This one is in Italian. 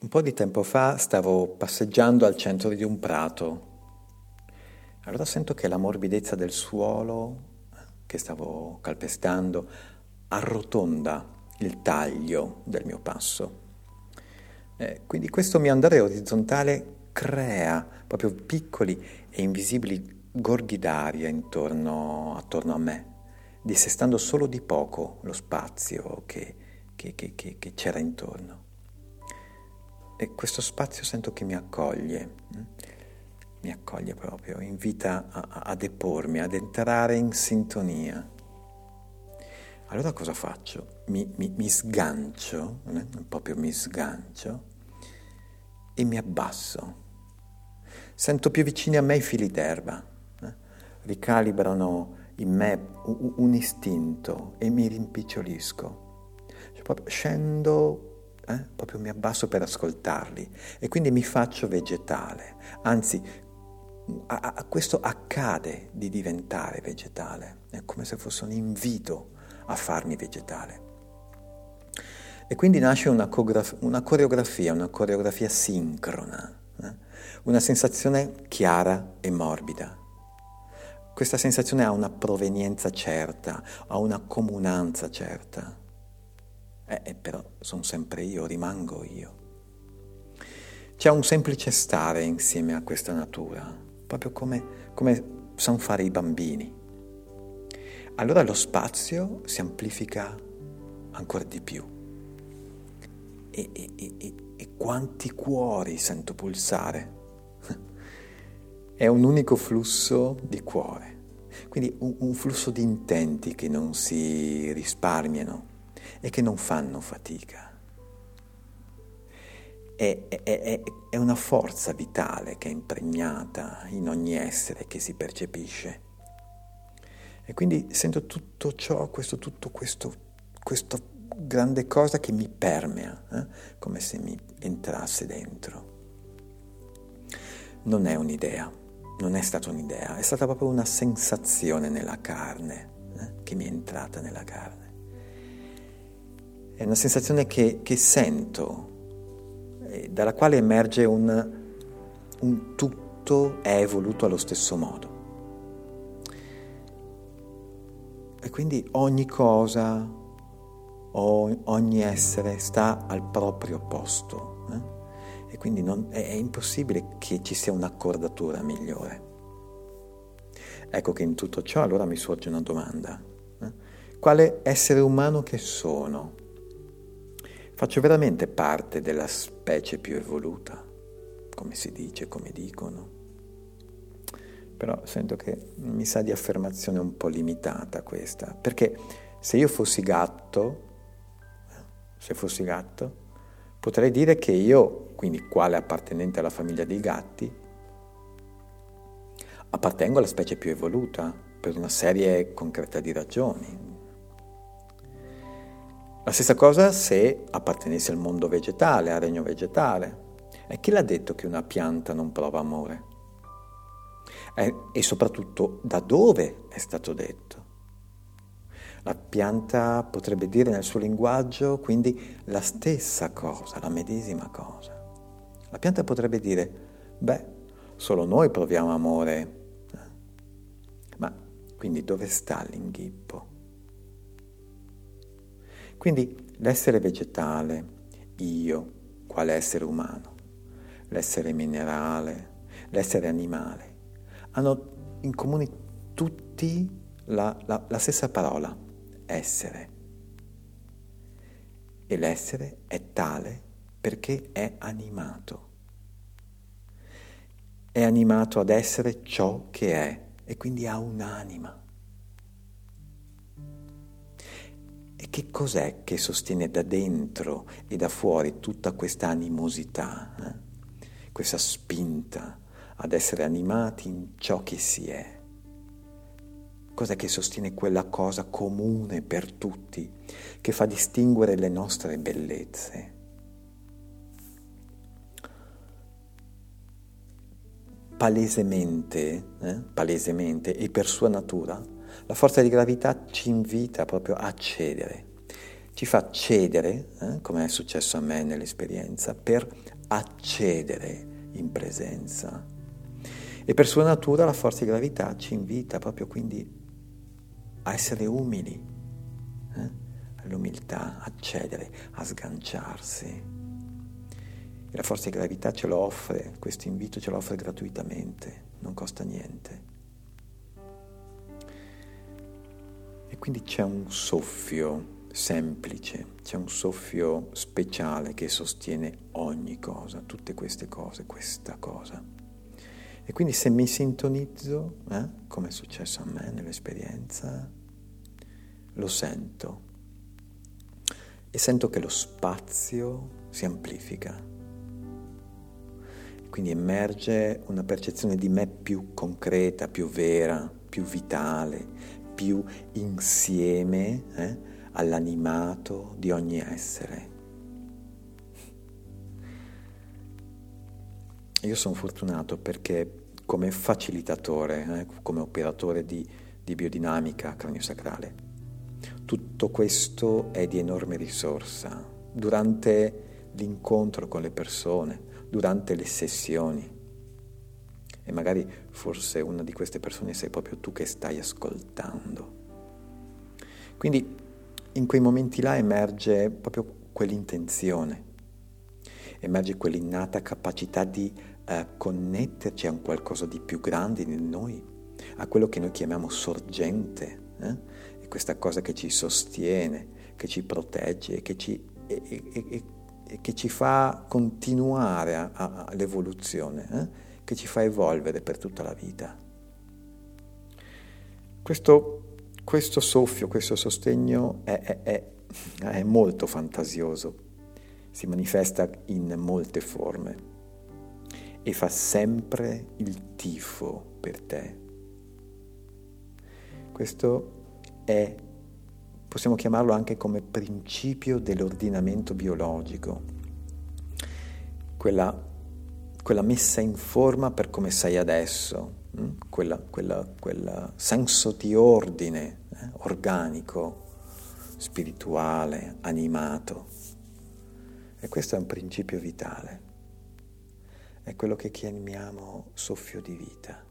Un po' di tempo fa stavo passeggiando al centro di un prato. Allora sento che la morbidezza del suolo che stavo calpestando arrotonda il taglio del mio passo. Quindi questo mio andare orizzontale crea proprio piccoli e invisibili gorghi d'aria attorno a me, dissestando solo di poco lo spazio che c'era intorno. E questo spazio sento che mi accoglie proprio, invita a depormi, ad entrare in sintonia. Allora cosa faccio? Mi sgancio, proprio mi sgancio e mi abbasso. Sento più vicini a me i fili d'erba, ricalibrano in me un istinto e mi rimpicciolisco. Cioè, proprio scendo, proprio mi abbasso per ascoltarli e quindi mi faccio vegetale. Anzi, a questo accade di diventare vegetale, è come se fosse un invito a farmi vegetale. E quindi nasce una coreografia sincrona, una sensazione chiara e morbida. Questa sensazione ha una provenienza certa, ha una comunanza certa. Però sono sempre io, rimango io. C'è un semplice stare insieme a questa natura, proprio come sanno fare i bambini. Allora lo spazio si amplifica ancora di più. E quanti cuori sento pulsare? È un unico flusso di cuore, quindi un flusso di intenti che non si risparmiano e che non fanno fatica. È una forza vitale che è impregnata in ogni essere che si percepisce. E quindi sento tutto ciò, questa grande cosa che mi permea, come se mi entrasse dentro. Non è un'idea, non è stata un'idea, è stata proprio una sensazione nella carne, che mi è entrata nella carne. È una sensazione che sento, dalla quale emerge un tutto è evoluto allo stesso modo. E quindi ogni cosa, ogni essere sta al proprio posto. E quindi è impossibile che ci sia un'accordatura migliore. Ecco che in tutto ciò allora mi sorge una domanda. Quale essere umano che sono? Faccio veramente parte della specie più evoluta, come si dice, come dicono? Però sento che mi sa di affermazione un po' limitata questa, perché se fossi gatto, potrei dire che io, quindi quale appartenente alla famiglia dei gatti, appartengo alla specie più evoluta per una serie concreta di ragioni. La stessa cosa se appartenessi al mondo vegetale, al regno vegetale. E chi l'ha detto che una pianta non prova amore? E soprattutto da dove è stato detto? La pianta potrebbe dire nel suo linguaggio quindi la stessa cosa, la medesima cosa. La pianta potrebbe dire, solo noi proviamo amore. Ma quindi dove sta l'inghippo? Quindi l'essere vegetale, io, quale essere umano, l'essere minerale, l'essere animale, hanno in comune tutti la stessa parola, essere. E l'essere è tale perché è animato. È animato ad essere ciò che è e quindi ha un'anima. E che cos'è che sostiene da dentro e da fuori tutta questa animosità, questa spinta ad essere animati in ciò che si è? Cos'è che sostiene quella cosa comune per tutti, che fa distinguere le nostre bellezze? Palesemente e per sua natura, la forza di gravità ci invita proprio a cedere, ci fa cedere, come è successo a me nell'esperienza, per accedere in presenza. E per sua natura la forza di gravità ci invita proprio quindi a essere umili, all'umiltà, a cedere, a sganciarsi. E la forza di gravità ce lo offre, questo invito ce lo offre gratuitamente, non costa niente. E quindi c'è un soffio semplice, c'è un soffio speciale che sostiene ogni cosa, tutte queste cose, questa cosa. E quindi se mi sintonizzo, come è successo a me nell'esperienza, lo sento. E sento che lo spazio si amplifica. Quindi emerge una percezione di me più concreta, più vera, più vitale, più insieme all'animato di ogni essere. Io sono fortunato perché come facilitatore, come operatore di biodinamica craniosacrale, tutto questo è di enorme risorsa durante l'incontro con le persone, durante le sessioni. E magari forse una di queste persone sei proprio tu che stai ascoltando. Quindi in quei momenti là emerge proprio quell'intenzione, emerge quell'innata capacità di connetterci a un qualcosa di più grande in noi, a quello che noi chiamiamo sorgente, e questa cosa che ci sostiene, che ci protegge e che ci fa continuare all'evoluzione, che ci fa evolvere per tutta la vita. Questo soffio, questo sostegno è molto fantasioso, si manifesta in molte forme e fa sempre il tifo per te. Questo possiamo chiamarlo anche come principio dell'ordinamento biologico, quella messa in forma per come sei adesso, quel senso di ordine organico, spirituale, animato. E questo è un principio vitale, è quello che chiamiamo soffio di vita.